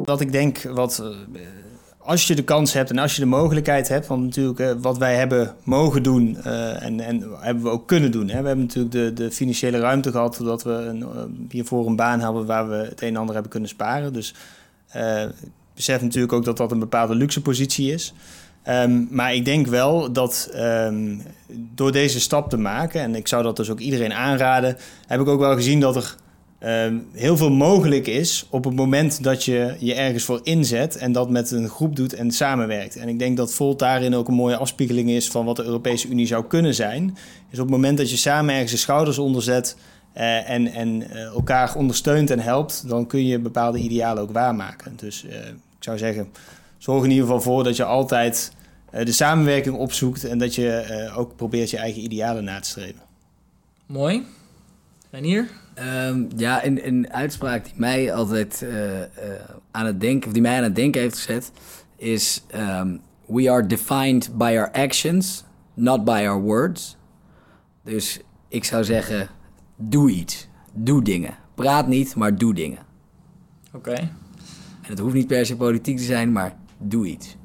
Wat ik denk, als je de kans hebt en als je de mogelijkheid hebt, want natuurlijk wat wij hebben mogen doen en hebben we ook kunnen doen. Hè. We hebben natuurlijk de financiële ruimte gehad, zodat we hiervoor een baan hadden waar we het een en ander hebben kunnen sparen. Dus ik besef natuurlijk ook dat dat een bepaalde luxe positie is. Maar ik denk wel dat door deze stap te maken, en ik zou dat dus ook iedereen aanraden, heb ik ook wel gezien dat er heel veel mogelijk is op het moment dat je je ergens voor inzet en dat met een groep doet en samenwerkt. En ik denk dat Volt daarin ook een mooie afspiegeling is van wat de Europese Unie zou kunnen zijn. Is op het moment dat je samen ergens de schouders onder zet en elkaar ondersteunt en helpt, dan kun je bepaalde idealen ook waarmaken. Dus ik zou zeggen, zorg in ieder geval voor dat je altijd de samenwerking opzoekt en dat je ook probeert je eigen idealen na te streven. Mooi. Renier? Een uitspraak die mij altijd aan het denken, of die mij aan het denken heeft gezet, is we are defined by our actions, not by our words. Dus ik zou zeggen, doe iets. Doe dingen. Praat niet, maar doe dingen. Oké. En het hoeft niet per se politiek te zijn, maar doe iets.